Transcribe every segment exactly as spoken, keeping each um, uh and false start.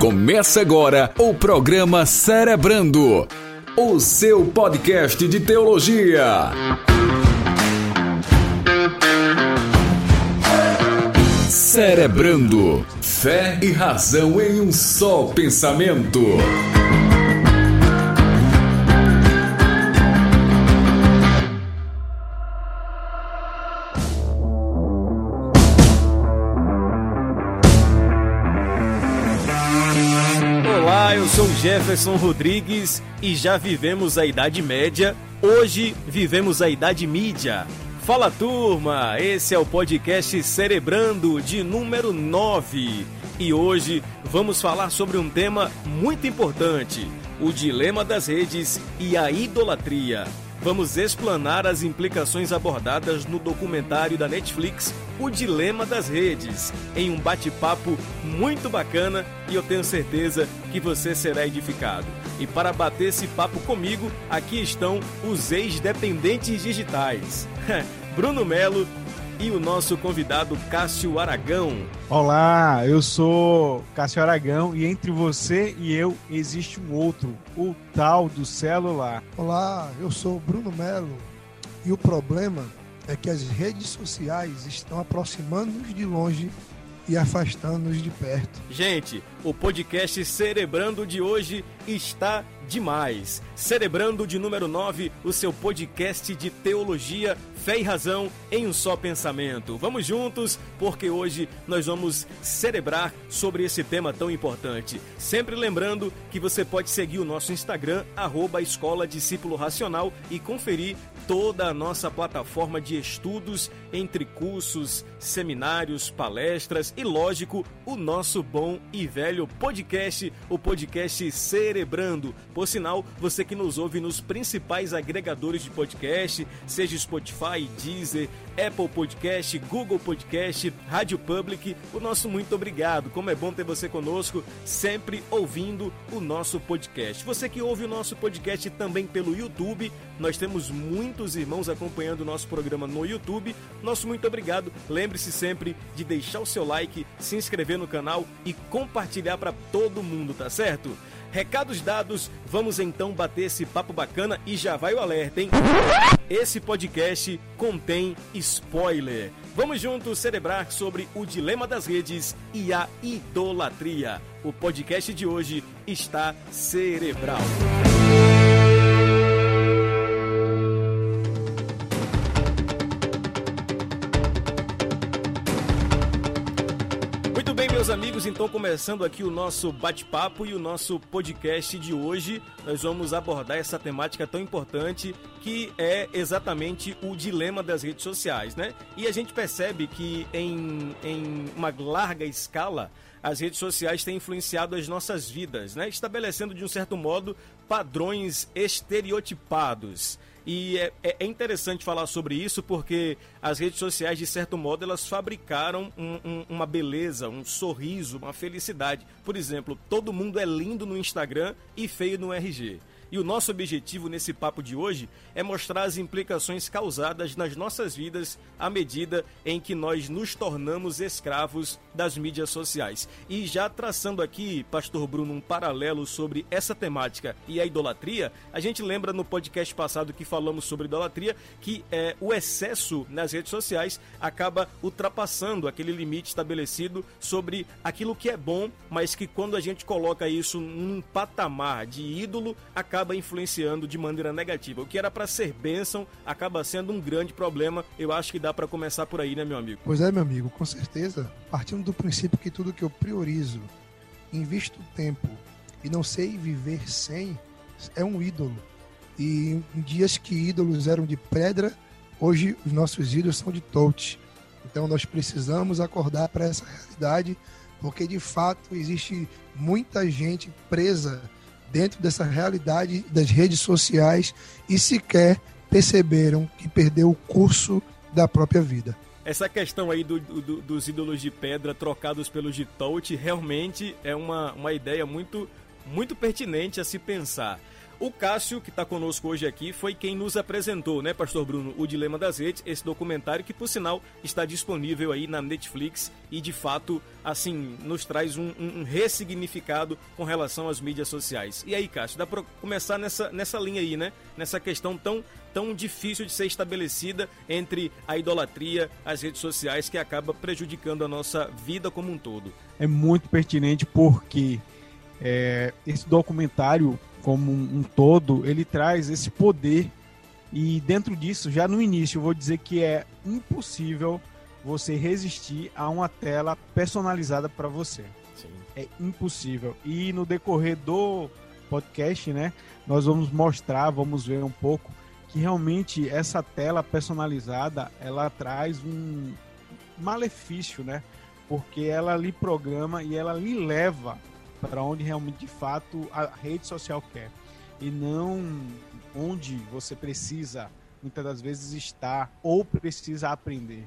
Começa agora o programa Cerebrando, o seu podcast de teologia. Cerebrando, fé e razão em um só pensamento. Eu sou Jefferson Rodrigues e já vivemos a Idade Média, hoje vivemos a Idade Mídia. Fala turma, esse é o podcast Cerebrando de número nove e hoje vamos falar sobre um tema muito importante, o dilema das redes e a idolatria. Vamos explanar as implicações abordadas no documentário da Netflix, O Dilema das Redes, em um bate-papo muito bacana e eu tenho certeza que você será edificado. E para bater esse papo comigo, aqui estão os ex-dependentes digitais, Bruno Melo e o nosso convidado Cássio Aragão. Olá, eu sou Cássio Aragão e entre você e eu existe um outro, o tal do celular. Olá, eu sou Bruno Melo e o problema é que as redes sociais estão aproximando-nos de longe e afastando-nos de perto. Gente, o podcast Cerebrando de hoje está demais. Cerebrando de número nove, o seu podcast de teologia, fé e razão em um só pensamento. Vamos juntos, porque hoje nós vamos celebrar sobre esse tema tão importante. Sempre lembrando que você pode seguir o nosso Instagram, arroba Escola Discípulo Racional, e conferir toda a nossa plataforma de estudos entre cursos, seminários, palestras e, lógico, o nosso bom e velho podcast, o podcast Cerebrando. Por sinal, você que nos ouve nos principais agregadores de podcast, seja Spotify, Deezer, Apple Podcast, Google Podcast, Rádio Public, o nosso muito obrigado. Como é bom ter você conosco, sempre ouvindo o nosso podcast. Você que ouve o nosso podcast também pelo YouTube, nós temos muitos irmãos acompanhando o nosso programa no YouTube. Nosso muito obrigado. Lembre-se sempre de deixar o seu like, se inscrever no canal e compartilhar para todo mundo, tá certo? Recados dados, vamos então bater esse papo bacana e já vai o alerta, hein? Esse podcast contém spoiler. Vamos juntos celebrar sobre o dilema das redes e a idolatria. O podcast de hoje está cerebral. Meus amigos, então começando aqui o nosso bate-papo e o nosso podcast de hoje, nós vamos abordar essa temática tão importante que é exatamente o dilema das redes sociais, né? E a gente percebe que em, em uma larga escala as redes sociais têm influenciado as nossas vidas, né? Estabelecendo de um certo modo padrões estereotipados. E é, é interessante falar sobre isso porque as redes sociais, de certo modo, elas fabricaram um, um, uma beleza, um sorriso, uma felicidade. Por exemplo, todo mundo é lindo no Instagram e feio no R G. E o nosso objetivo nesse papo de hoje é mostrar as implicações causadas nas nossas vidas à medida em que nós nos tornamos escravos das mídias sociais. E já traçando aqui, Pastor Bruno, um paralelo sobre essa temática e a idolatria, a gente lembra no podcast passado que falamos sobre idolatria que é, o excesso nas redes sociais acaba ultrapassando aquele limite estabelecido sobre aquilo que é bom, mas que quando a gente coloca isso num patamar de ídolo, acaba acaba influenciando de maneira negativa. O que era para ser bênção acaba sendo um grande problema. Eu acho que dá para começar por aí, né, meu amigo? Pois é, meu amigo, com certeza. Partindo do princípio que tudo que eu priorizo, invisto tempo e não sei viver sem, é um ídolo. E em dias que ídolos eram de pedra, hoje os nossos ídolos são de touch. Então nós precisamos acordar para essa realidade, porque de fato existe muita gente presa dentro dessa realidade das redes sociais e sequer perceberam que perdeu o curso da própria vida. Essa questão aí do, do, dos ídolos de pedra trocados pelos de touch realmente é uma, uma ideia muito, muito pertinente a se pensar. O Cássio, que está conosco hoje aqui, foi quem nos apresentou, né, Pastor Bruno, o Dilema das Redes, esse documentário que, por sinal, está disponível aí na Netflix e, de fato, assim, nos traz um, um, um ressignificado com relação às mídias sociais. E aí, Cássio, dá para começar nessa, nessa linha aí, né? Nessa questão tão, tão difícil de ser estabelecida entre a idolatria, as redes sociais, que acaba prejudicando a nossa vida como um todo. É muito pertinente porque é, esse documentário, como um, um todo, ele traz esse poder e dentro disso, já no início, eu vou dizer que é impossível você resistir a uma tela personalizada para você. Sim. É impossível. E no decorrer do podcast, né, nós vamos mostrar, vamos ver um pouco que realmente essa tela personalizada, ela traz um malefício, né? Porque ela lhe programa e ela lhe leva para onde realmente, de fato, a rede social quer. E não onde você precisa, muitas das vezes, estar ou precisa aprender.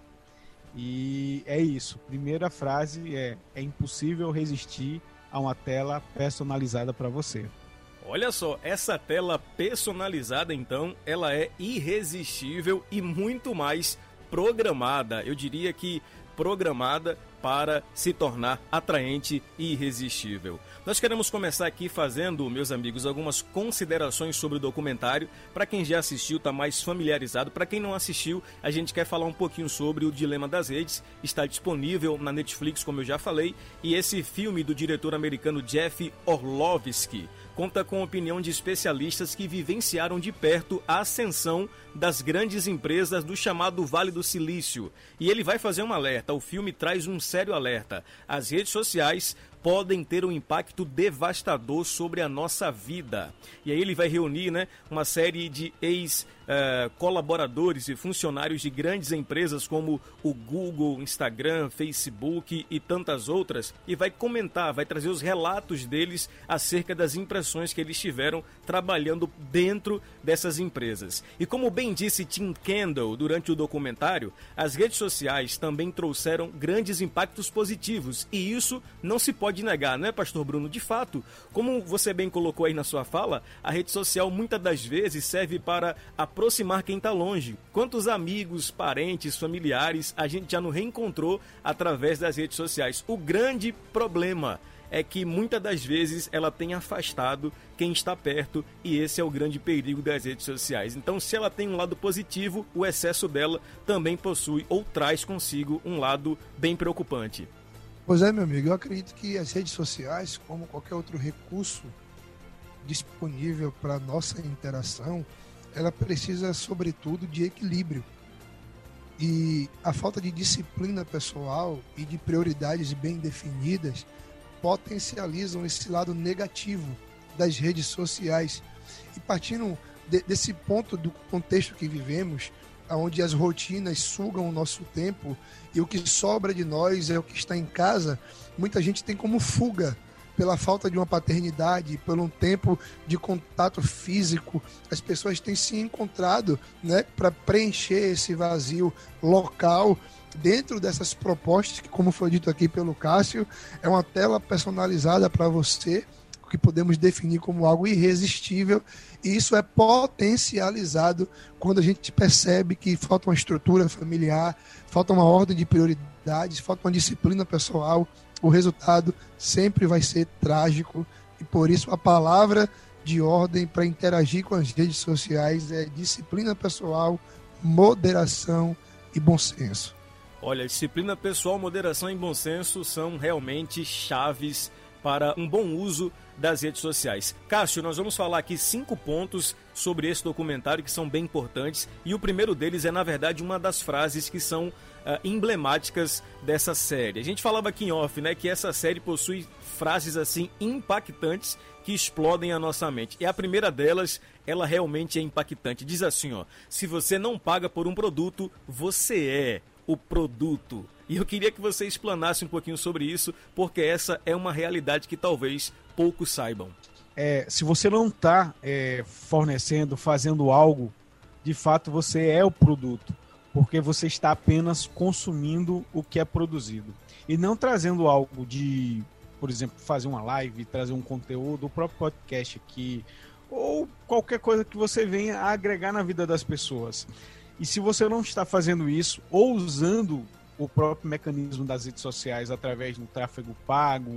E é isso. Primeira frase é: é impossível resistir a uma tela personalizada para você. Olha só, essa tela personalizada, então, ela é irresistível e muito mais programada. Eu diria que programada para se tornar atraente e irresistível. Nós queremos começar aqui fazendo, meus amigos, algumas considerações sobre o documentário. Para quem já assistiu, está mais familiarizado. Para quem não assistiu, a gente quer falar um pouquinho sobre o Dilema das Redes. Está disponível na Netflix, como eu já falei. E esse filme do diretor americano Jeff Orlovsky conta com a opinião de especialistas que vivenciaram de perto a ascensão das grandes empresas do chamado Vale do Silício. E ele vai fazer um alerta. O filme traz um sério alerta. As redes sociais podem ter um impacto devastador sobre a nossa vida. E aí ele vai reunir, né, uma série de ex-colaboradores uh, e funcionários de grandes empresas como o Google, Instagram, Facebook e tantas outras, e vai comentar, vai trazer os relatos deles acerca das impressões que eles tiveram trabalhando dentro dessas empresas. E como bem disse Tim Kendall durante o documentário, as redes sociais também trouxeram grandes impactos positivos, e isso não se pode negar, não é, Pastor Bruno? De fato, como você bem colocou aí na sua fala, a rede social muitas das vezes serve para aproximar quem está longe. Quantos amigos, parentes, familiares a gente já não reencontrou através das redes sociais? O grande problema é que muitas das vezes ela tem afastado quem está perto, e esse é o grande perigo das redes sociais. Então, se ela tem um lado positivo, o excesso dela também possui ou traz consigo um lado bem preocupante. Pois é, meu amigo, eu acredito que as redes sociais, como qualquer outro recurso disponível para nossa interação, ela precisa, sobretudo, de equilíbrio. E a falta de disciplina pessoal e de prioridades bem definidas potencializam esse lado negativo das redes sociais. E partindo de, desse ponto do contexto que vivemos, onde as rotinas sugam o nosso tempo e o que sobra de nós é o que está em casa, muita gente tem como fuga pela falta de uma paternidade, por um tempo de contato físico. As pessoas têm se encontrado, né, para preencher esse vazio local dentro dessas propostas que, como foi dito aqui pelo Cássio, é uma tela personalizada para você, que podemos definir como algo irresistível, e isso é potencializado quando a gente percebe que falta uma estrutura familiar, falta uma ordem de prioridades, falta uma disciplina pessoal. O resultado sempre vai ser trágico, e por isso a palavra de ordem para interagir com as redes sociais é disciplina pessoal, moderação e bom senso. Olha, disciplina pessoal, moderação e bom senso são realmente chaves para um bom uso das redes sociais. Cássio, nós vamos falar aqui cinco pontos sobre esse documentário que são bem importantes, e o primeiro deles é, na verdade, uma das frases que são uh, emblemáticas dessa série. A gente falava aqui em off, né, que essa série possui frases assim impactantes que explodem a nossa mente. E a primeira delas, ela realmente é impactante. Diz assim, ó: se você não paga por um produto, você é o produto. E eu queria que você explanasse um pouquinho sobre isso, porque essa é uma realidade que talvez poucos saibam. É, se você não está é, fornecendo, fazendo algo, de fato você é o produto, porque você está apenas consumindo o que é produzido. E não trazendo algo de, por exemplo, fazer uma live, trazer um conteúdo, o próprio podcast aqui, ou qualquer coisa que você venha a agregar na vida das pessoas. E se você não está fazendo isso, ou usando o próprio mecanismo das redes sociais através do tráfego pago,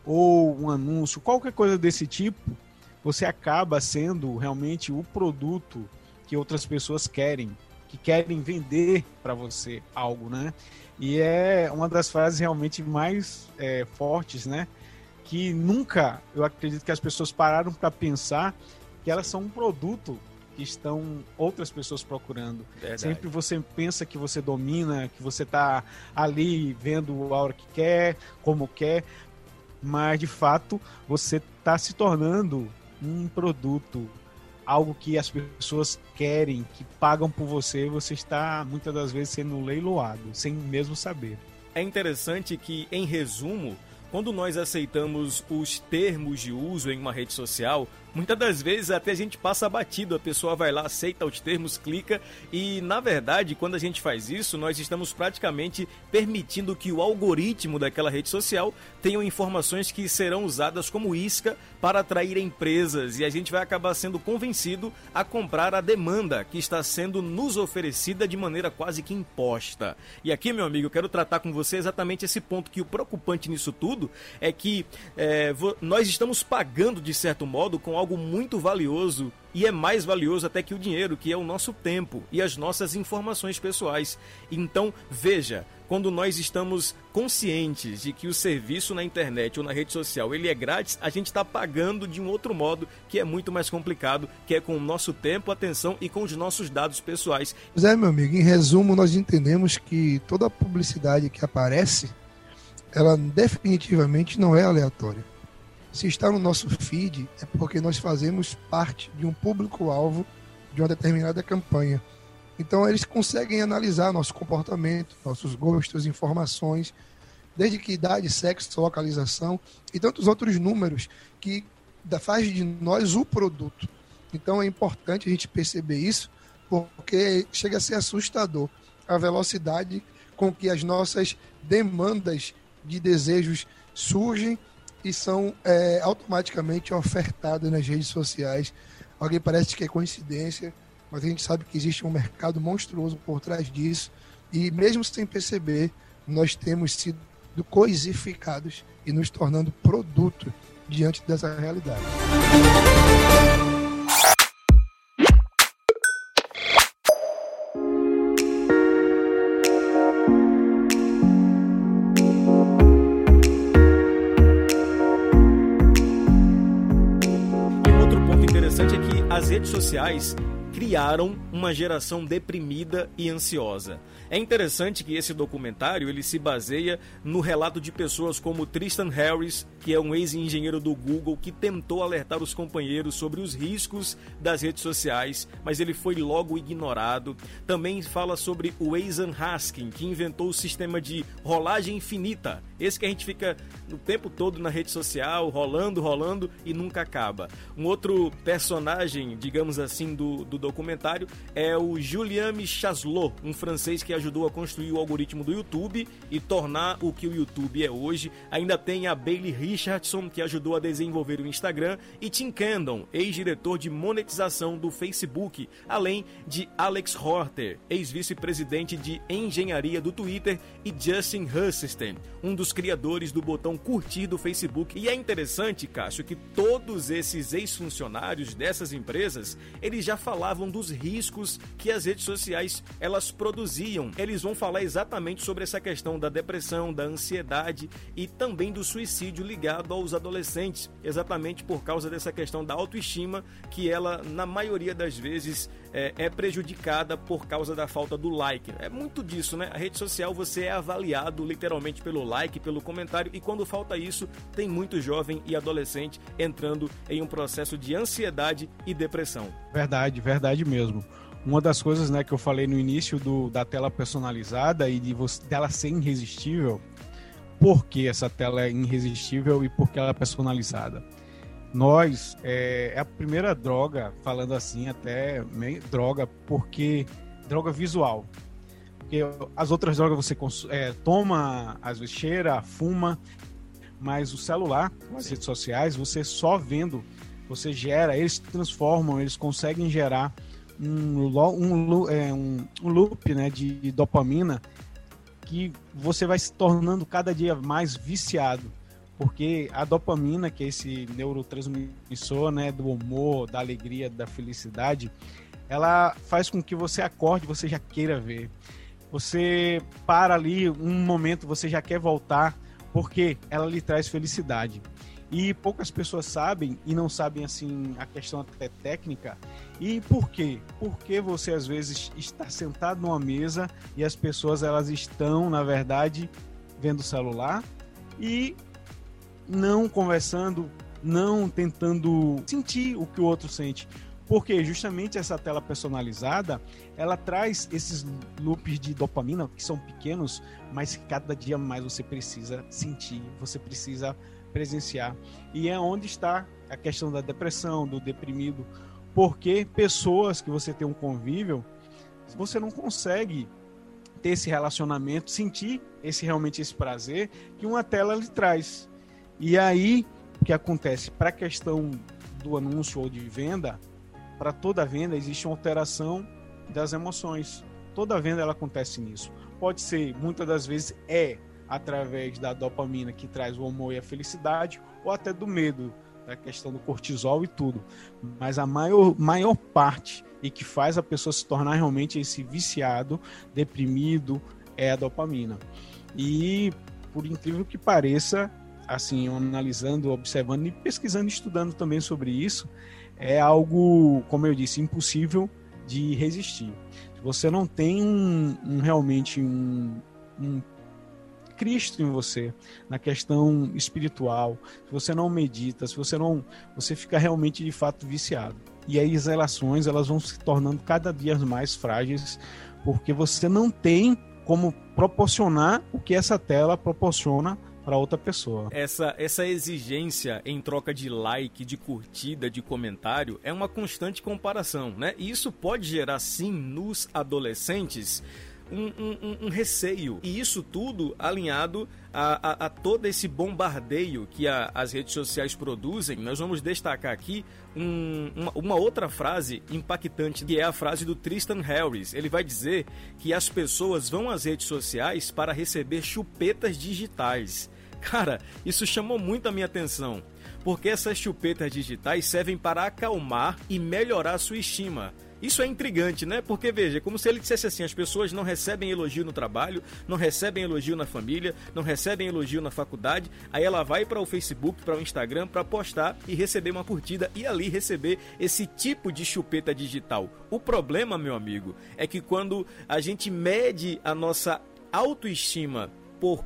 ou um anúncio, qualquer coisa desse tipo, você acaba sendo realmente o produto que outras pessoas querem, que querem vender para você algo, né? E é uma das frases realmente mais é, fortes, né? Que nunca, eu acredito que as pessoas pararam para pensar que elas são um produto que estão outras pessoas procurando. Verdade. Sempre você pensa que você domina, que você está ali vendo a hora que quer, como quer, mas de fato você está se tornando um produto, algo que as pessoas querem, que pagam por você, você está muitas das vezes sendo leiloado, sem mesmo saber. É interessante que, em resumo, quando nós aceitamos os termos de uso em uma rede social, muitas das vezes até a gente passa batido, a pessoa vai lá, aceita os termos, clica e, na verdade, quando a gente faz isso, nós estamos praticamente permitindo que o algoritmo daquela rede social tenha informações que serão usadas como isca para atrair empresas e a gente vai acabar sendo convencido a comprar a demanda que está sendo nos oferecida de maneira quase que imposta. E aqui, meu amigo, eu quero tratar com você exatamente esse ponto, que o preocupante nisso tudo é que é, nós estamos pagando, de certo modo, com algo muito valioso, e é mais valioso até que o dinheiro, que é o nosso tempo e as nossas informações pessoais. Então, veja, quando nós estamos conscientes de que o serviço na internet ou na rede social ele é grátis, a gente está pagando de um outro modo que é muito mais complicado, que é com o nosso tempo, atenção e com os nossos dados pessoais. Pois é, meu amigo, em resumo, nós entendemos que toda a publicidade que aparece, ela definitivamente não é aleatória. Se está no nosso feed, é porque nós fazemos parte de um público-alvo de uma determinada campanha. Então, eles conseguem analisar nosso comportamento, nossos gostos, informações, desde que idade, sexo, localização e tantos outros números que faz de nós o produto. Então, é importante a gente perceber isso, porque chega a ser assustador a velocidade com que as nossas demandas de desejos surgem e são é, automaticamente ofertadas nas redes sociais. Alguém parece que é coincidência, mas a gente sabe que existe um mercado monstruoso por trás disso e mesmo sem perceber, nós temos sido coisificados e nos tornando produto diante dessa realidade. As redes sociais criaram uma geração deprimida e ansiosa. É interessante que esse documentário ele se baseia no relato de pessoas como Tristan Harris, que é um ex-engenheiro do Google que tentou alertar os companheiros sobre os riscos das redes sociais, mas ele foi logo ignorado. Também fala sobre o Ethan Haskin, que inventou o sistema de rolagem infinita, esse que a gente fica o tempo todo na rede social, rolando, rolando e nunca acaba. Um outro personagem, digamos assim, do, do documentário é o Julien Chasselot, um francês que ajudou a construir o algoritmo do YouTube e tornar o que o YouTube é hoje. Ainda tem a Bailey Richardson, que ajudou a desenvolver o Instagram, e Tim Kendall, ex-diretor de monetização do Facebook, além de Alex Horter, ex-vice-presidente de engenharia do Twitter, e Justin Hursten, um dos criadores do botão curtir do Facebook. E é interessante, Cássio, que todos esses ex-funcionários dessas empresas, eles já falavam dos riscos que as redes sociais elas produziam. Eles vão falar exatamente sobre essa questão da depressão, da ansiedade e também do suicídio ligado aos adolescentes, exatamente por causa dessa questão da autoestima, que ela, na maioria das vezes, é, é prejudicada por causa da falta do like. É muito disso, né? A rede social você é avaliado literalmente pelo like, pelo comentário, e quando falta isso, tem muito jovem e adolescente entrando em um processo de ansiedade e depressão. Verdade, verdade mesmo. Uma das coisas, né, que eu falei no início do, da tela personalizada e de você, dela ser irresistível, por que essa tela é irresistível e por que ela é personalizada? Nós, é, é a primeira droga, falando assim, até meio droga, porque droga visual. Porque as outras drogas você é, toma, às vezes cheira, fuma, mas o celular, as redes sociais, você só vendo, você gera, eles transformam, eles conseguem gerar um, um, é, um, um loop, né, de dopamina que você vai se tornando cada dia mais viciado. Porque a dopamina, que é esse neurotransmissor, né, do humor, da alegria, da felicidade, ela faz com que você acorde, você já queira ver. Você para ali um momento, você já quer voltar, porque ela lhe traz felicidade. E poucas pessoas sabem, e não sabem assim a questão até técnica. E por quê? Porque você às vezes está sentado numa mesa e as pessoas elas estão, na verdade, vendo o celular e não conversando, não tentando sentir o que o outro sente. Porque justamente essa tela personalizada, ela traz esses loops de dopamina, que são pequenos, mas que cada dia mais você precisa sentir, você precisa presenciar. E é onde está a questão da depressão, do deprimido, porque pessoas que você tem um convívio, você não consegue ter esse relacionamento, sentir esse realmente esse prazer que uma tela lhe traz. E aí, o que acontece? Para a questão do anúncio ou de venda, para toda venda existe uma alteração das emoções. Toda venda ela acontece nisso. Pode ser, muitas das vezes, é através da dopamina que traz o humor e a felicidade, ou até do medo, da questão do cortisol e tudo. Mas a maior, maior parte e que faz a pessoa se tornar realmente esse viciado, deprimido, é a dopamina. E, por incrível que pareça, assim, analisando, observando e pesquisando, estudando também sobre isso, é algo, como eu disse, impossível de resistir. Se você não tem um, um realmente um, um Cristo em você, na questão espiritual, se você não medita, se você não, você fica realmente de fato viciado. E aí as relações elas vão se tornando cada dia mais frágeis, porque você não tem como proporcionar o que essa tela proporciona para outra pessoa. Essa, essa exigência em troca de like, de curtida, de comentário, é uma constante comparação, né? E isso pode gerar, sim, nos adolescentes, um, um, um receio. E isso tudo alinhado a, a, a todo esse bombardeio que a, as redes sociais produzem. Nós vamos destacar aqui um, uma, uma outra frase impactante, que é a frase do Tristan Harris. Ele vai dizer que as pessoas vão às redes sociais para receber chupetas digitais. Cara, isso chamou muito a minha atenção, porque essas chupetas digitais servem para acalmar e melhorar a sua estima. Isso é intrigante, né? Porque, veja, como se ele dissesse assim, as pessoas não recebem elogio no trabalho, não recebem elogio na família, não recebem elogio na faculdade, aí ela vai para o Facebook, para o Instagram, para postar e receber uma curtida e ali receber esse tipo de chupeta digital. O problema, meu amigo, é que quando a gente mede a nossa autoestima por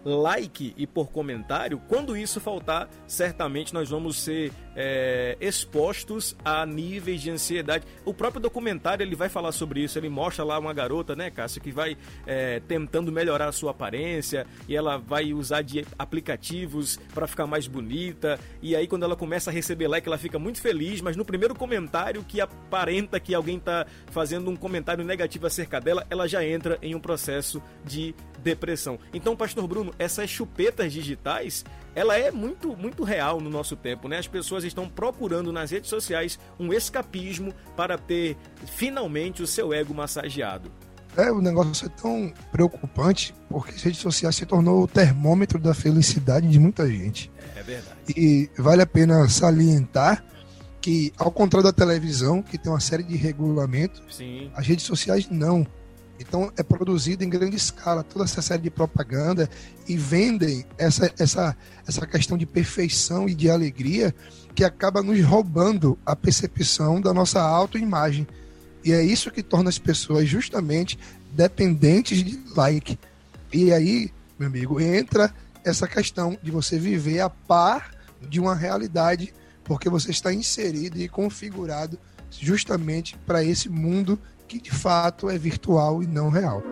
like e por comentário, quando isso faltar, certamente nós vamos ser é, expostos a níveis de ansiedade. O próprio documentário ele vai falar sobre isso, ele mostra lá uma garota, né, Cássio, que vai é, tentando melhorar a sua aparência e ela vai usar de aplicativos para ficar mais bonita, e aí quando ela começa a receber like ela fica muito feliz, mas no primeiro comentário que aparenta que alguém está fazendo um comentário negativo acerca dela, ela já entra em um processo de depressão. Então, Pastor Bruno, essas chupetas digitais, ela é muito, muito real no nosso tempo, né? As pessoas estão procurando nas redes sociais um escapismo para ter finalmente o seu ego massageado. É, o negócio é tão preocupante porque as redes sociais se tornou o termômetro da felicidade de muita gente. É verdade. E vale a pena salientar que, ao contrário da televisão, que tem uma série de regulamentos, sim, as redes sociais não. Então é produzida em grande escala toda essa série de propaganda e vendem essa, essa, essa questão de perfeição e de alegria que acaba nos roubando a percepção da nossa autoimagem. E é isso que torna as pessoas justamente dependentes de like. E aí, meu amigo, entra essa questão de você viver a par de uma realidade, porque você está inserido e configurado justamente para esse mundo que de fato é virtual e não real.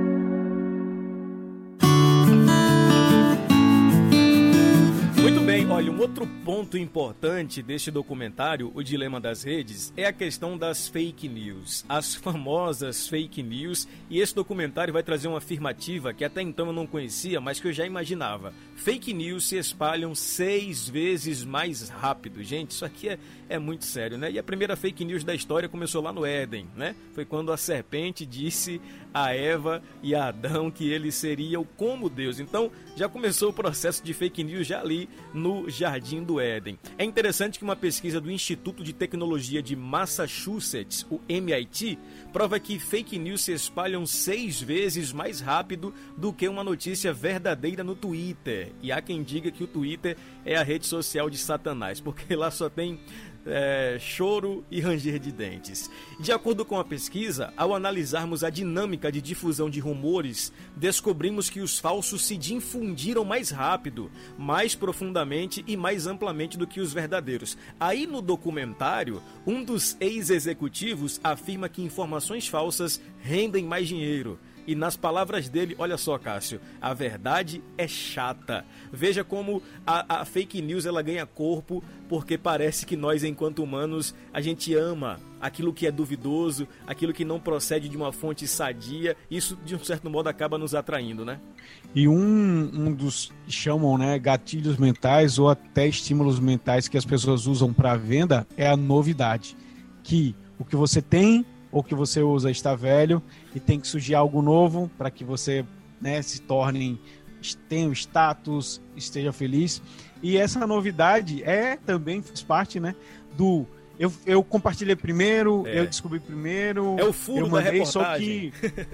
Muito bem, Olha, um outro ponto importante deste documentário, O Dilema das Redes, é a questão das fake news, as famosas fake news, e esse documentário vai trazer uma afirmativa que até então eu não conhecia, mas que eu já imaginava. Fake news se espalham seis vezes mais rápido. Gente, isso aqui é, é muito sério, né? E a primeira fake news da história começou lá no Éden, né? Foi quando a serpente disse a Eva e a Adão que eles seriam como Deus. Então, já começou o processo de fake news já ali no Jardim do Éden. É interessante que uma pesquisa do Instituto de Tecnologia de Massachusetts, o M I T, prova que fake news se espalham seis vezes mais rápido do que uma notícia verdadeira no Twitter. E há quem diga que o Twitter é a rede social de Satanás, porque lá só tem É, choro e ranger de dentes. De acordo com a pesquisa, ao analisarmos a dinâmica de difusão de rumores, descobrimos que os falsos se difundiram mais rápido, mais profundamente e mais amplamente do que os verdadeiros. Aí no documentário, um dos ex-executivos afirma que informações falsas rendem mais dinheiro. E nas palavras dele, olha só, Cássio, a verdade é chata. Veja como a, a fake news ela ganha corpo, porque parece que nós, enquanto humanos, a gente ama aquilo que é duvidoso, aquilo que não procede de uma fonte sadia. Isso, de um certo modo, acaba nos atraindo, né? E um, um dos chamam, né, gatilhos mentais ou até estímulos mentais que as pessoas usam para venda é a novidade. Que o que você tem ou que você usa está velho e tem que surgir algo novo para que você, né, se torne, tenha um status, esteja feliz. E essa novidade é também faz parte, né, do eu, eu compartilhei primeiro, é. eu descobri primeiro, é o furo eu mandei, da só que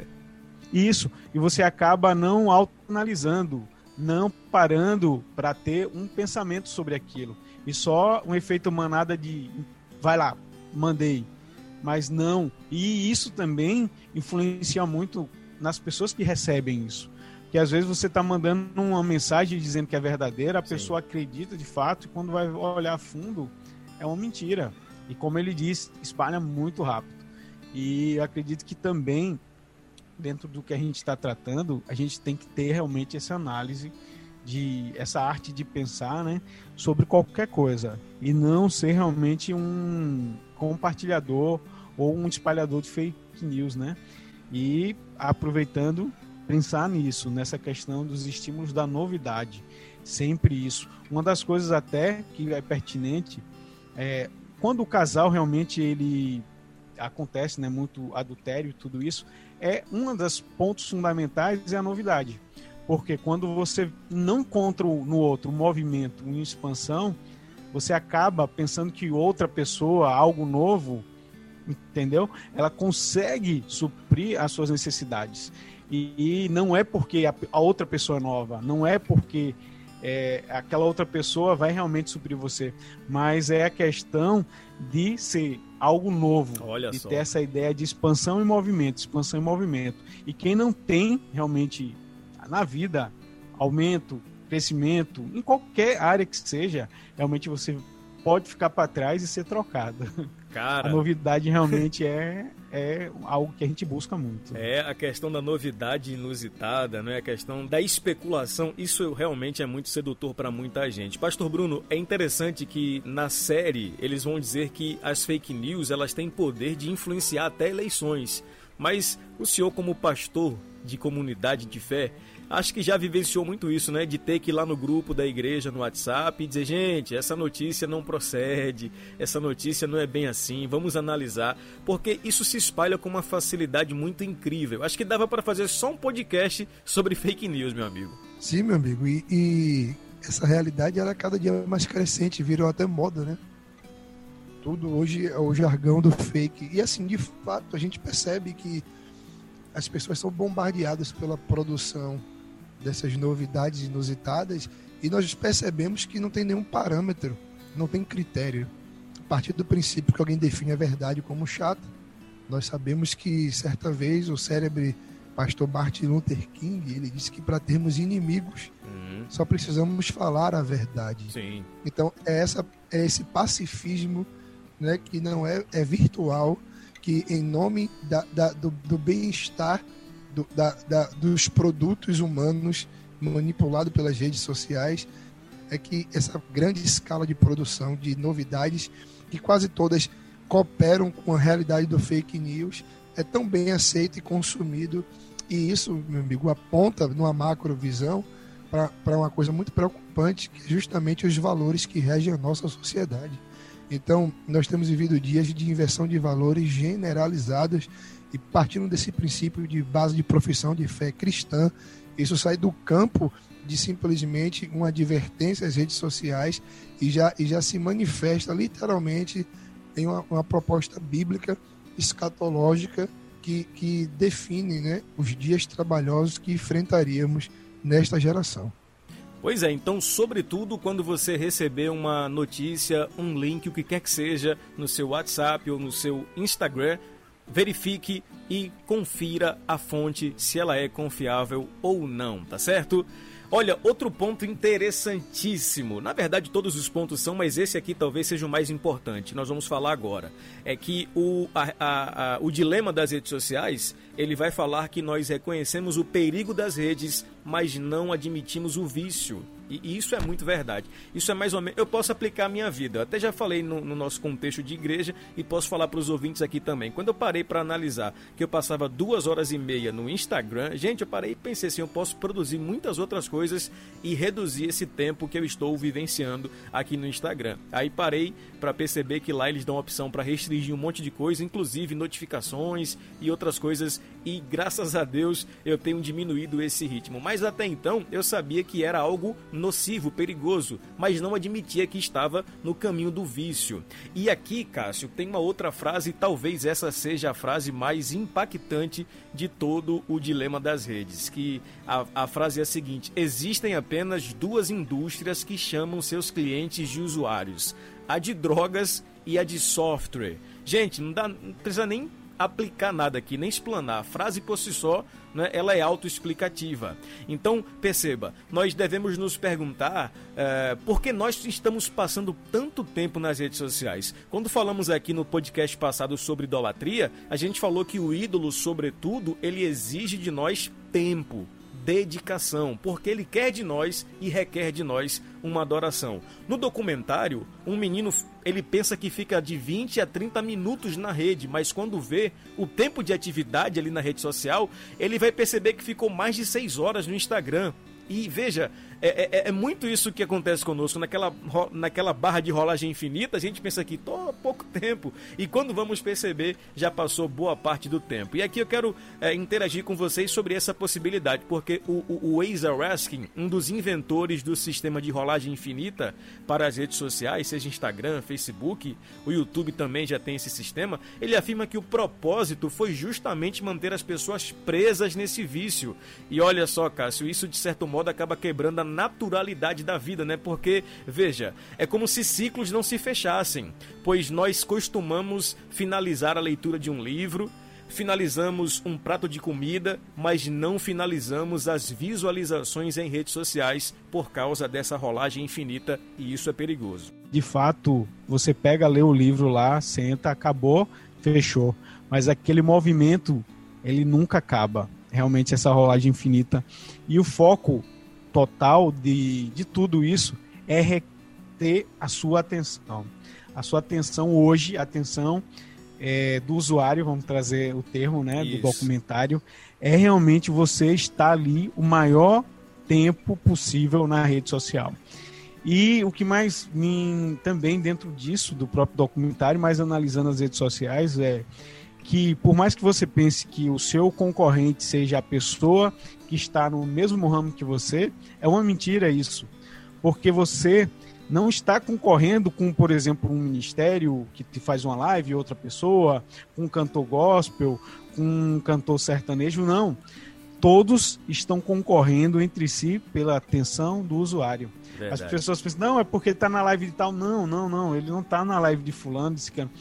isso, e você acaba não autoanalisando, não parando para ter um pensamento sobre aquilo. E só um efeito manada de vai lá, mandei. Mas não, e isso também influencia muito nas pessoas que recebem isso. Porque às vezes você está mandando uma mensagem dizendo que é verdadeira, a Sim. pessoa acredita de fato, e quando vai olhar a fundo, é uma mentira. E como ele disse, espalha muito rápido. E eu acredito que também, dentro do que a gente está tratando, a gente tem que ter realmente essa análise, de essa arte de pensar, né, sobre qualquer coisa. E não ser realmente um compartilhador ou um espalhador de fake news, né? E aproveitando, pensar nisso, nessa questão dos estímulos da novidade. Sempre isso. Uma das coisas até que é pertinente é quando o casal realmente ele acontece, né, muito adultério e tudo isso, é um dos pontos fundamentais é a novidade. Porque quando você não encontra no outro um movimento, uma expansão, você acaba pensando que outra pessoa, algo novo, entendeu? Ela consegue suprir as suas necessidades. E, e não é porque a, a outra pessoa é nova, não é porque é, aquela outra pessoa vai realmente suprir você, mas é a questão de ser algo novo, Olha de só. ter essa ideia de expansão e movimento, expansão e movimento. E quem não tem realmente na vida aumento, crescimento, em qualquer área que seja, realmente você pode ficar para trás e ser trocado. Cara, a novidade realmente é, é algo que a gente busca muito. É a questão da novidade inusitada, não é? A questão da especulação, isso realmente é muito sedutor para muita gente. Pastor Bruno, é interessante que na série eles vão dizer que as fake news elas têm poder de influenciar até eleições. Mas o senhor, como pastor de comunidade de fé, acho que já vivenciou muito isso, né? De ter que ir lá no grupo da igreja, no WhatsApp, e dizer, gente, essa notícia não procede, essa notícia não é bem assim, vamos analisar, porque isso se espalha com uma facilidade muito incrível. Acho que dava para fazer só um podcast sobre fake news, meu amigo. Sim, meu amigo, e, e essa realidade ela é cada dia mais crescente, virou até moda, né? Tudo hoje é o jargão do fake. E assim, de fato, a gente percebe que as pessoas são bombardeadas pela produção dessas novidades inusitadas e nós percebemos que não tem nenhum parâmetro, não tem critério. A partir do princípio que alguém define a verdade como chata, nós sabemos que certa vez o célebre pastor Martin Luther King, ele disse que para termos inimigos uhum. só precisamos falar a verdade. Sim. Então é, essa, é esse pacifismo, né, que não é, é virtual, que em nome da, da, do, do bem-estar do, da, da, dos produtos humanos manipulados pelas redes sociais, é que essa grande escala de produção de novidades, que quase todas cooperam com a realidade do fake news, é tão bem aceito e consumido, e isso, meu amigo, aponta numa macrovisão para uma coisa muito preocupante, que é justamente os valores que regem a nossa sociedade. Então, nós temos vivido dias de inversão de valores generalizados, e partindo desse princípio de base de profissão de fé cristã, isso sai do campo de simplesmente uma advertência às redes sociais e já, e já se manifesta literalmente em uma, uma proposta bíblica escatológica que, que define, né, os dias trabalhosos que enfrentaríamos nesta geração. Pois é, então, sobretudo quando você receber uma notícia, um link, o que quer que seja, no seu WhatsApp ou no seu Instagram, verifique e confira a fonte se ela é confiável ou não, tá certo? Olha, outro ponto interessantíssimo, na verdade todos os pontos são, mas esse aqui talvez seja o mais importante, nós vamos falar agora, é que o, a, a, a, o dilema das redes sociais, ele vai falar que nós reconhecemos o perigo das redes, mas não admitimos o vício. E isso é muito verdade. Isso é mais ou menos... Eu posso aplicar a minha vida. Eu até já falei no, no nosso contexto de igreja e posso falar para os ouvintes aqui também. Quando eu parei para analisar que eu passava duas horas e meia no Instagram, gente, eu parei e pensei assim, eu posso produzir muitas outras coisas e reduzir esse tempo que eu estou vivenciando aqui no Instagram. Aí parei para perceber que lá eles dão a opção para restringir um monte de coisa, inclusive notificações e outras coisas. E graças a Deus eu tenho diminuído esse ritmo. Mas até então eu sabia que era algo nocivo, perigoso, mas não admitia que estava no caminho do vício. E aqui, Cássio, tem uma outra frase, e talvez essa seja a frase mais impactante de todo o dilema das redes, que a, a frase é a seguinte: existem apenas duas indústrias que chamam seus clientes de usuários, a de drogas e a de software. Gente, não, dá, não precisa nem aplicar nada aqui, nem explanar. A frase por si só, né, ela é autoexplicativa. Então, perceba, nós devemos nos perguntar é, por que nós estamos passando tanto tempo nas redes sociais. Quando falamos aqui no podcast passado sobre idolatria, a gente falou que o ídolo, sobretudo, ele exige de nós tempo, dedicação, porque ele quer de nós e requer de nós uma adoração. No documentário, um menino, ele pensa que fica de vinte a trinta minutos na rede, mas quando vê o tempo de atividade ali na rede social, ele vai perceber que ficou mais de seis horas no Instagram. E veja, é, é, é muito isso que acontece conosco. Naquela, naquela barra de rolagem infinita, a gente pensa que tô há pouco tempo, e quando vamos perceber, já passou boa parte do tempo. E aqui eu quero é, interagir com vocês sobre essa possibilidade, porque o, o, o Asa Raskin, um dos inventores do sistema de rolagem infinita para as redes sociais, seja Instagram, Facebook, o YouTube também já tem esse sistema, ele afirma que o propósito foi justamente manter as pessoas presas nesse vício. E olha só, Cássio, isso de certo modo acaba quebrando a naturalidade da vida, né? Porque, veja, é como se ciclos não se fechassem, pois nós costumamos finalizar a leitura de um livro, finalizamos um prato de comida, mas não finalizamos as visualizações em redes sociais por causa dessa rolagem infinita, e isso é perigoso. De fato, você pega, lê o livro lá, senta, acabou, fechou. Mas aquele movimento, ele nunca acaba. Realmente essa rolagem infinita. E o foco total de, de tudo isso é reter a sua atenção. A sua atenção hoje, a atenção é, do usuário, vamos trazer o termo, né, do documentário, é realmente você estar ali o maior tempo possível na rede social. E o que mais me, também dentro disso, do próprio documentário, mais analisando as redes sociais, é que por mais que você pense que o seu concorrente seja a pessoa que está no mesmo ramo que você, é uma mentira isso. Porque você não está concorrendo com, por exemplo, um ministério que te faz uma live, outra pessoa, com um cantor gospel, com um cantor sertanejo, não. Todos estão concorrendo entre si pela atenção do usuário. Verdade. As pessoas pensam, não, é porque ele está na live de tal. Não, não, não, ele não está na live de fulano, desse cano.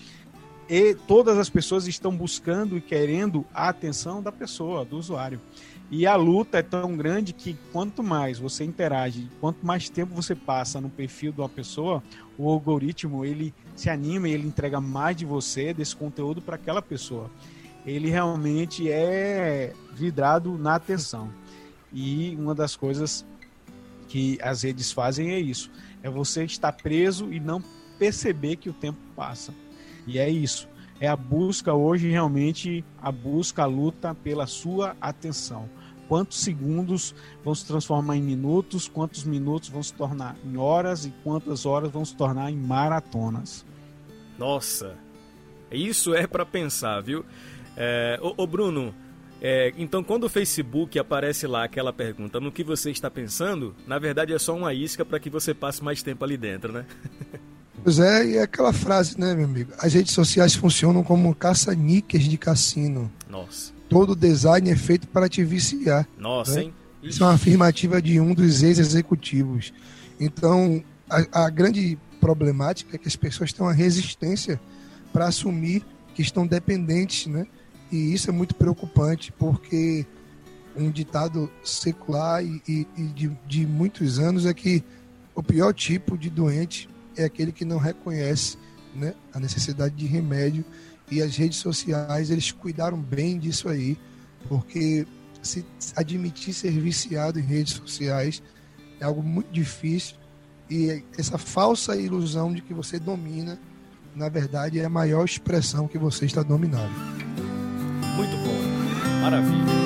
E todas as pessoas estão buscando e querendo a atenção da pessoa, do usuário. E a luta é tão grande que quanto mais você interage, quanto mais tempo você passa no perfil de uma pessoa, o algoritmo ele se anima e ele entrega mais de você, desse conteúdo para aquela pessoa. Ele realmente é vidrado na atenção. E uma das coisas que as redes fazem é isso. É você estar preso e não perceber que o tempo passa. E é isso. É a busca hoje, realmente, a busca, a luta pela sua atenção. Quantos segundos vão se transformar em minutos, quantos minutos vão se tornar em horas e quantas horas vão se tornar em maratonas. Nossa, isso é para pensar, viu? É, ô, ô Bruno, é, então quando o Facebook aparece lá aquela pergunta, no que você está pensando, na verdade é só uma isca para que você passe mais tempo ali dentro, né? Pois é, e é aquela frase, né, meu amigo? As redes sociais funcionam como caça-níqueis de cassino. Nossa. Todo design é feito para te viciar. Nossa, né? hein? Isso é uma afirmativa de um dos ex-executivos. Então, a, a grande problemática é que as pessoas têm uma resistência para assumir que estão dependentes, né? E isso é muito preocupante, porque um ditado secular e, e, e de, de muitos anos é que o pior tipo de doente é aquele que não reconhece, né, a necessidade de remédio. E as redes sociais, eles cuidaram bem disso aí, porque se admitir ser viciado em redes sociais é algo muito difícil, e essa falsa ilusão de que você domina, na verdade, é a maior expressão que você está dominado. Muito bom, maravilha.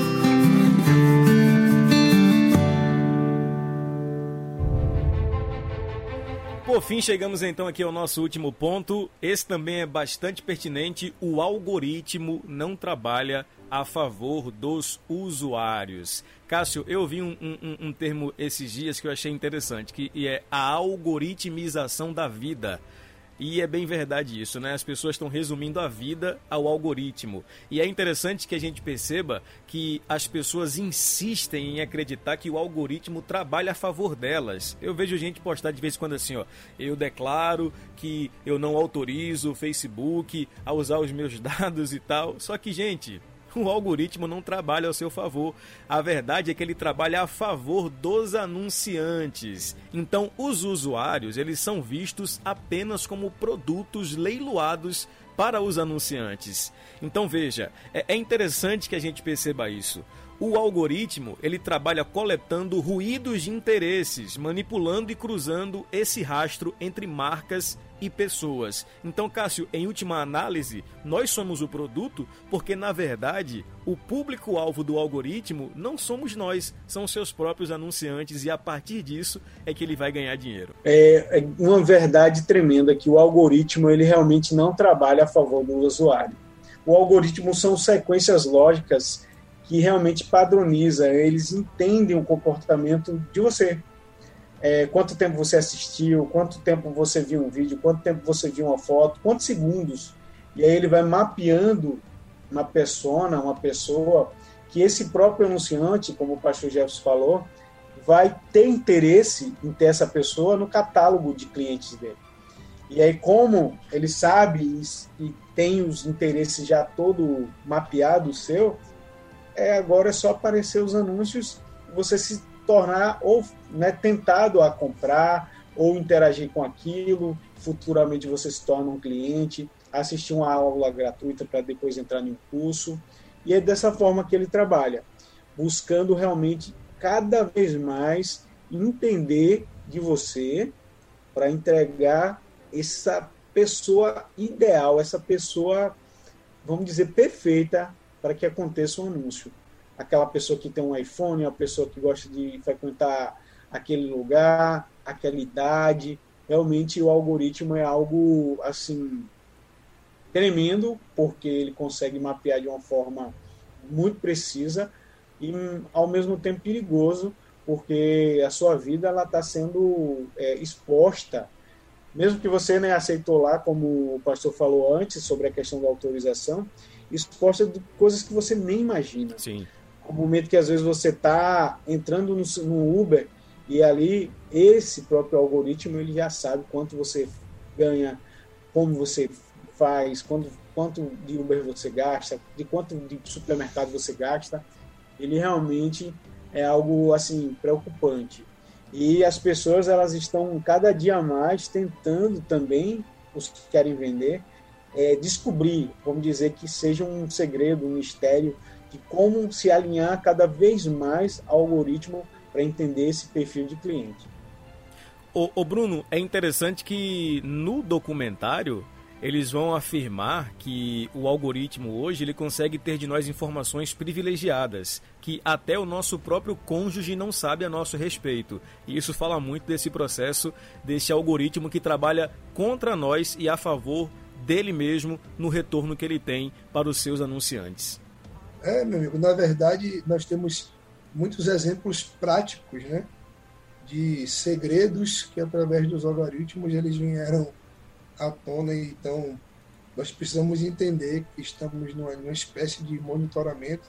Por fim, chegamos então aqui ao nosso último ponto. Esse também é bastante pertinente. O algoritmo não trabalha a favor dos usuários. Cássio, eu vi um, um, um termo esses dias que eu achei interessante, que é a algoritmização da vida. E é bem verdade isso, né? As pessoas estão resumindo a vida ao algoritmo. E é interessante que a gente perceba que as pessoas insistem em acreditar que o algoritmo trabalha a favor delas. Eu vejo gente postar de vez em quando assim, ó, eu declaro que eu não autorizo o Facebook a usar os meus dados e tal. Só que, gente, o algoritmo não trabalha ao seu favor. A verdade é que ele trabalha a favor dos anunciantes. Então, os usuários, eles são vistos apenas como produtos leiloados para os anunciantes. Então, veja, é interessante que a gente perceba isso. O algoritmo, ele trabalha coletando ruídos de interesses, manipulando e cruzando esse rastro entre marcas e pessoas. Então, Cássio, em última análise, nós somos o produto porque, na verdade, o público-alvo do algoritmo não somos nós, são seus próprios anunciantes, e a partir disso é que ele vai ganhar dinheiro. É uma verdade tremenda que o algoritmo, ele realmente não trabalha a favor do usuário. O algoritmo são sequências lógicas que realmente padroniza, eles entendem o comportamento de você. É, quanto tempo você assistiu, quanto tempo você viu um vídeo, quanto tempo você viu uma foto, quantos segundos. E aí ele vai mapeando uma persona, uma pessoa, que esse próprio anunciante, como o pastor Jefferson falou, vai ter interesse em ter essa pessoa no catálogo de clientes dele. E aí, como ele sabe e, e tem os interesses já todo mapeado seu, é, agora é só aparecer os anúncios, você se tornar ou, né, tentado a comprar ou interagir com aquilo, futuramente você se torna um cliente, assistir uma aula gratuita para depois entrar em um curso, e é dessa forma que ele trabalha, buscando realmente cada vez mais entender de você para entregar essa pessoa ideal, essa pessoa, vamos dizer, perfeita para que aconteça um anúncio. Aquela pessoa que tem um iPhone, uma pessoa que gosta de frequentar aquele lugar, aquela idade. Realmente o algoritmo é algo assim tremendo, porque ele consegue mapear de uma forma muito precisa e ao mesmo tempo perigoso, porque a sua vida ela está sendo é, exposta, mesmo que você, né, aceitou lá, como o pastor falou antes sobre a questão da autorização, exposta de coisas que você nem imagina. Sim. O momento que às vezes você está entrando no, no Uber e ali esse próprio algoritmo ele já sabe quanto você ganha, como você faz, quanto, quanto de Uber você gasta, de quanto de supermercado você gasta. Ele realmente é algo assim preocupante. E as pessoas elas estão cada dia mais tentando também, os que querem vender, É, descobrir, vamos dizer, que seja um segredo, um mistério de como se alinhar cada vez mais ao algoritmo para entender esse perfil de cliente. Ô, ô Bruno, é interessante que no documentário eles vão afirmar que o algoritmo hoje ele consegue ter de nós informações privilegiadas, que até o nosso próprio cônjuge não sabe a nosso respeito. E isso fala muito desse processo, desse algoritmo que trabalha contra nós e a favor dele mesmo no retorno que ele tem para os seus anunciantes. É, meu amigo, na verdade nós temos muitos exemplos práticos, né, de segredos que através dos algoritmos eles vieram à tona. Então nós precisamos entender que estamos numa, numa espécie de monitoramento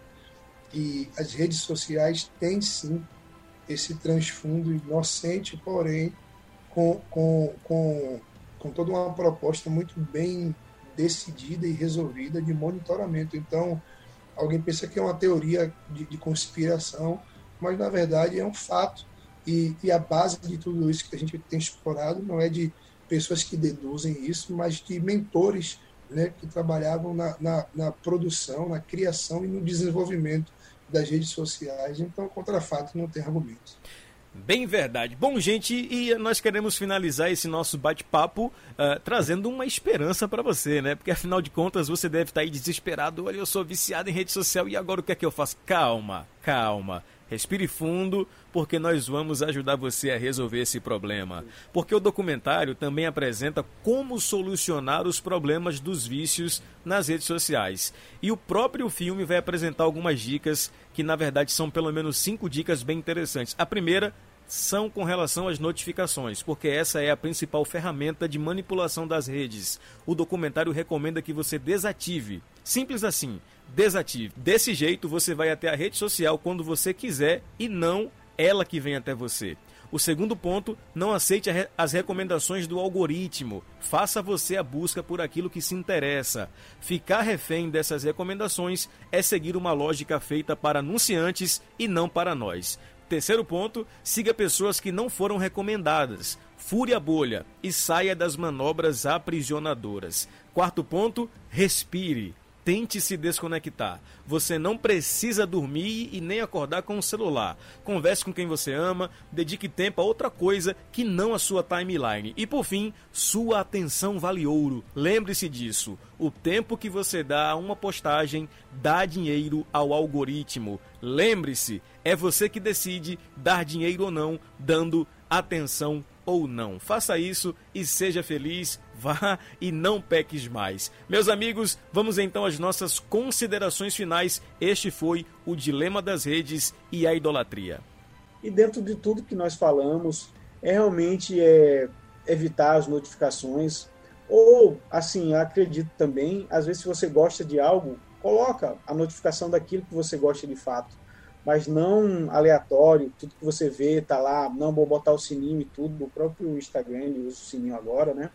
e as redes sociais têm sim esse transfundo inocente, porém com, com, com, com toda uma proposta muito bem decidida e resolvida de monitoramento. Então alguém pensa que é uma teoria de, de conspiração, mas na verdade é um fato, e, e a base de tudo isso que a gente tem explorado não é de pessoas que deduzem isso, mas de mentores, né, que trabalhavam na, na, na produção, na criação e no desenvolvimento das redes sociais. Então, contra fato, não tem argumentos. Bem verdade. Bom, gente, e nós queremos finalizar esse nosso bate-papo uh, trazendo uma esperança para você, né? Porque, afinal de contas, você deve estar aí desesperado. Olha, eu sou viciado em rede social e agora o que é que eu faço? Calma, calma. Respire fundo, porque nós vamos ajudar você a resolver esse problema. Porque o documentário também apresenta como solucionar os problemas dos vícios nas redes sociais. E o próprio filme vai apresentar algumas dicas que, na verdade, são pelo menos cinco dicas bem interessantes. A primeira são com relação às notificações, porque essa é a principal ferramenta de manipulação das redes. O documentário recomenda que você desative. Simples assim, desative. Desse jeito você vai até a rede social quando você quiser e não ela que vem até você. O segundo ponto, não aceite as recomendações do algoritmo. Faça você a busca por aquilo que se interessa. Ficar refém dessas recomendações é seguir uma lógica feita para anunciantes e não para nós. Terceiro ponto, siga pessoas que não foram recomendadas. Fure a bolha e saia das manobras aprisionadoras. Quarto ponto, respire. Tente se desconectar. Você não precisa dormir e nem acordar com o celular. Converse com quem você ama, dedique tempo a outra coisa que não a sua timeline. E por fim, sua atenção vale ouro. Lembre-se disso. O tempo que você dá a uma postagem dá dinheiro ao algoritmo. Lembre-se, é você que decide dar dinheiro ou não, dando atenção ou não. Faça isso e seja feliz, vá e não peques mais. Meus amigos, vamos então às nossas considerações finais. Este foi o Dilema das Redes e a Idolatria. E dentro de tudo que nós falamos, é realmente é, evitar as notificações, ou, assim, acredito também, às vezes se você gosta de algo, coloca a notificação daquilo que você gosta de fato, mas não aleatório, tudo que você vê tá lá, não vou botar o sininho e tudo, o próprio Instagram ele usa o sininho agora, né?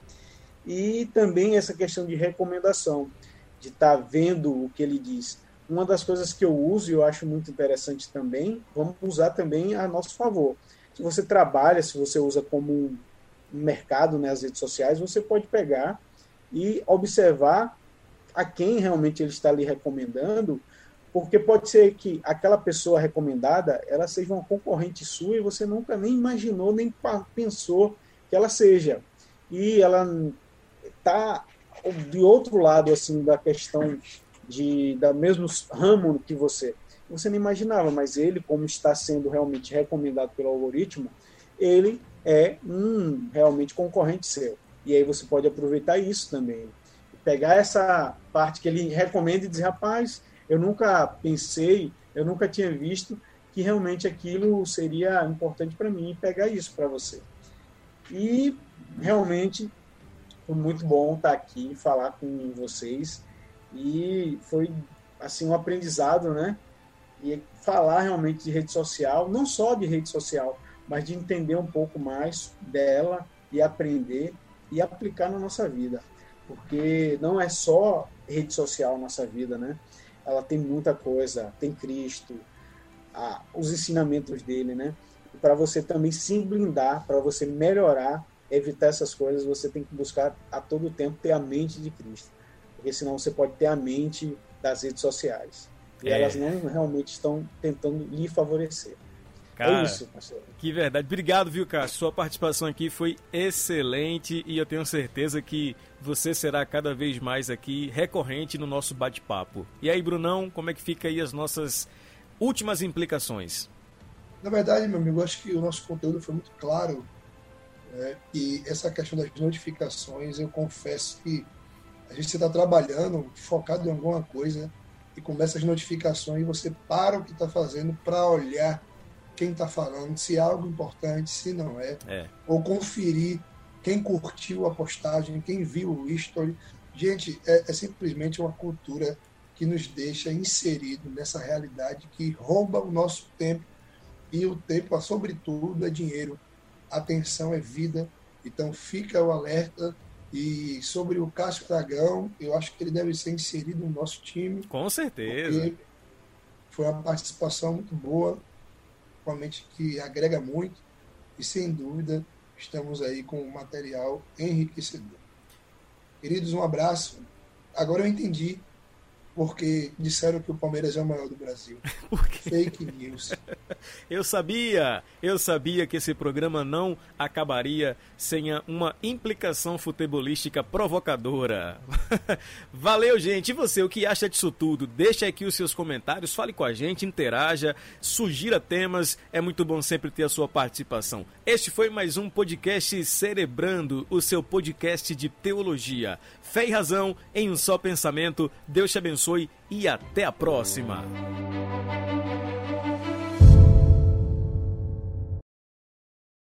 E também essa questão de recomendação, de estar tá vendo o que ele diz. Uma das coisas que eu uso e eu acho muito interessante também, vamos usar também a nosso favor. Se você trabalha, se você usa como um mercado, né, as redes sociais, você pode pegar e observar a quem realmente ele está lhe recomendando, porque pode ser que aquela pessoa recomendada, ela seja uma concorrente sua e você nunca nem imaginou, nem pensou que ela seja. E ela está de outro lado, assim, da questão de, da mesmo ramo que você. Você não imaginava, mas ele, como está sendo realmente recomendado pelo algoritmo, ele é um realmente concorrente seu. E aí você pode aproveitar isso também. Pegar essa parte que ele recomenda e dizer, rapaz, eu nunca pensei, eu nunca tinha visto que realmente aquilo seria importante para mim, e pegar isso para você. E realmente foi muito bom estar aqui e falar com vocês, e foi assim um aprendizado, né? E falar realmente de rede social, não só de rede social, mas de entender um pouco mais dela e aprender e aplicar na nossa vida, porque não é só rede social na nossa vida, né? Ela tem muita coisa, tem Cristo, a, os ensinamentos dele, né? E para você também se blindar, para você melhorar, evitar essas coisas, você tem que buscar a todo tempo ter a mente de Cristo, porque senão você pode ter a mente das redes sociais, e é. elas não realmente estão tentando lhe favorecer. Cara, é isso, parceiro. Que verdade. Obrigado, viu, Cássio? Sua participação aqui foi excelente e eu tenho certeza que você será cada vez mais aqui recorrente no nosso bate-papo. E aí, Brunão, como é que fica aí as nossas últimas implicações? Na verdade, meu amigo, eu acho que o nosso conteúdo foi muito claro, né? E essa questão das notificações, eu confesso que a gente está trabalhando, focado em alguma coisa, e começa as notificações e você para o que está fazendo para olhar quem está falando, se é algo importante, se não é, é, ou conferir quem curtiu a postagem, quem viu o history. Gente, é, é simplesmente uma cultura que nos deixa inserido nessa realidade que rouba o nosso tempo, e o tempo, sobretudo, é dinheiro. Atenção é vida, então fica o alerta. E sobre o Cássio Aragão, eu acho que ele deve ser inserido no nosso time. Com certeza. Foi uma participação muito boa, realmente que agrega muito, e sem dúvida estamos aí com um material enriquecedor. Queridos, um abraço. Agora eu entendi porque disseram que o Palmeiras é o maior do Brasil. Por quê? Fake news. Eu sabia, eu sabia que esse programa não acabaria sem uma implicação futebolística provocadora. Valeu, gente. E você, o que acha disso tudo? Deixa aqui os seus comentários, fale com a gente, interaja, sugira temas. É muito bom sempre ter a sua participação. Este foi mais um podcast Cerebrando, o seu podcast de teologia. Fé e razão em um só pensamento. Deus te abençoe e até a próxima.